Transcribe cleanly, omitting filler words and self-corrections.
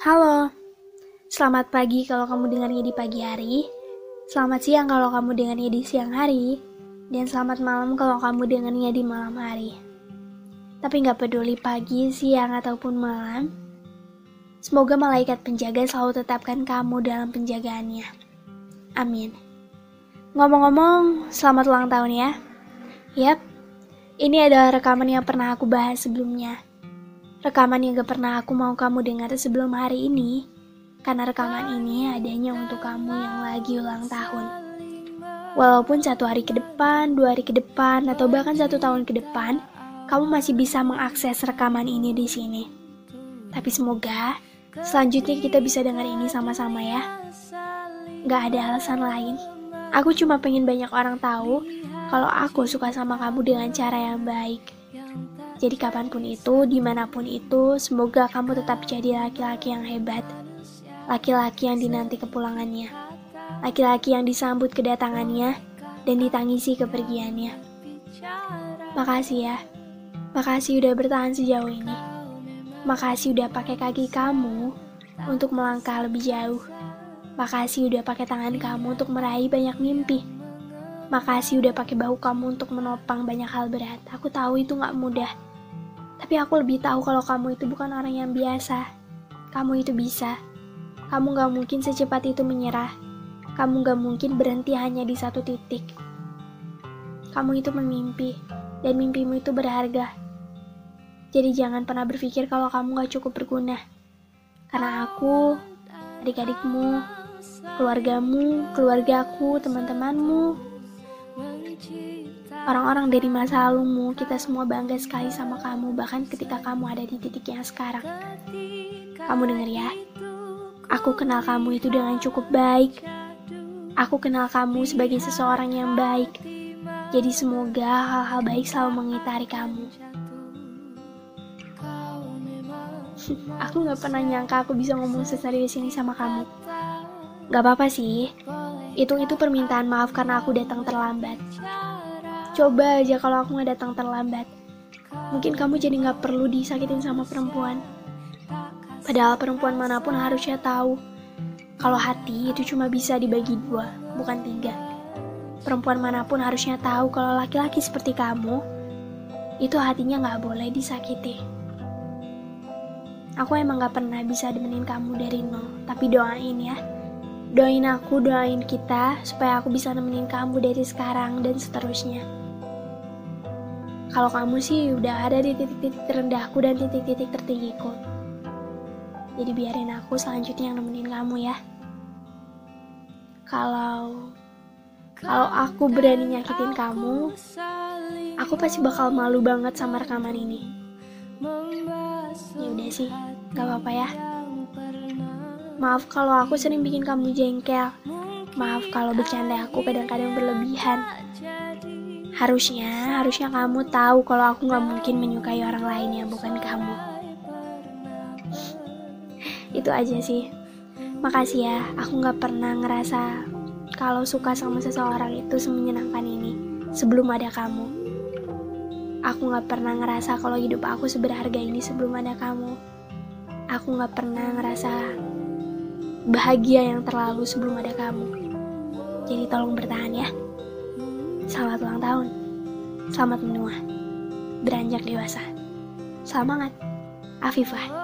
Halo, selamat pagi kalau kamu dengarnya di pagi hari, selamat siang kalau kamu dengarnya di siang hari, dan selamat malam kalau kamu dengarnya di malam hari. Tapi gak peduli pagi, siang, ataupun malam, semoga malaikat penjaga selalu tetapkan kamu dalam penjagaannya. Amin. Ngomong-ngomong, selamat ulang tahun ya. Yap, ini adalah rekaman yang pernah aku bahas sebelumnya. Rekaman yang gak pernah aku mau kamu dengar sebelum hari ini, karena rekaman ini adanya untuk kamu yang lagi ulang tahun. Walaupun 1 hari ke depan, 2 hari ke depan, atau bahkan 1 tahun ke depan, kamu masih bisa mengakses rekaman ini di sini. Tapi semoga selanjutnya kita bisa dengar ini sama-sama ya. Gak ada alasan lain. Aku cuma pengen banyak orang tahu kalau aku suka sama kamu dengan cara yang baik. Jadi kapanpun itu, dimanapun itu, semoga kamu tetap jadi laki-laki yang hebat. Laki-laki yang dinanti kepulangannya. Laki-laki yang disambut kedatangannya dan ditangisi kepergiannya. Makasih ya. Makasih udah bertahan sejauh ini. Makasih udah pakai kaki kamu untuk melangkah lebih jauh. Makasih udah pakai tangan kamu untuk meraih banyak mimpi. Makasih udah pakai bahu kamu untuk menopang banyak hal berat. Aku tahu itu gak mudah. Tapi aku lebih tahu kalau kamu itu bukan orang yang biasa. Kamu itu bisa. Kamu gak mungkin secepat itu menyerah. Kamu gak mungkin berhenti hanya di satu titik. Kamu itu memimpi, dan mimpimu itu berharga. Jadi jangan pernah berpikir kalau kamu gak cukup berguna. Karena aku, adik-adikmu, keluargamu, keluargaku, teman-temanmu, orang-orang dari masa lalumu, kita semua bangga sekali sama kamu, bahkan ketika kamu ada di titik yang sekarang. Kamu denger ya, aku kenal kamu itu dengan cukup baik. Aku kenal kamu sebagai seseorang yang baik. Jadi semoga hal-hal baik selalu mengitari kamu. Aku gak pernah nyangka aku bisa ngomong seserius ini sama kamu. Gak apa-apa sih, itu permintaan maaf karena aku datang terlambat. Coba aja kalau aku gak datang terlambat. Mungkin kamu jadi gak perlu disakitin sama perempuan. Padahal perempuan manapun harusnya tahu kalau hati itu cuma bisa dibagi 2, bukan 3. Perempuan manapun harusnya tahu kalau laki-laki seperti kamu itu hatinya gak boleh disakiti. Aku emang gak pernah bisa demenin kamu dari nol. Tapi doain ya, doain aku, doain kita supaya aku bisa nemenin kamu dari sekarang dan seterusnya. Kalau kamu sih udah ada di titik-titik terendahku dan titik-titik tertinggiku. Jadi biarin aku selanjutnya yang nemenin kamu ya. Kalau aku berani nyakitin kamu, aku pasti bakal malu banget sama rekaman ini. Ya udah sih, gak apa-apa ya. Maaf kalau aku sering bikin kamu jengkel. Maaf kalau bercanda aku kadang-kadang berlebihan. Harusnya kamu tahu kalau aku gak mungkin menyukai orang lain yang bukan kamu. Itu aja sih. Makasih ya, aku gak pernah ngerasa kalau suka sama seseorang itu semenyenangkan ini sebelum ada kamu. Aku gak pernah ngerasa kalau hidup aku seberharga ini sebelum ada kamu. Aku gak pernah ngerasa bahagia yang terlalu sebelum ada kamu. Jadi tolong bertahan ya. Selamat ulang tahun. Selamat menua. Beranjak dewasa. Semangat. Afifah.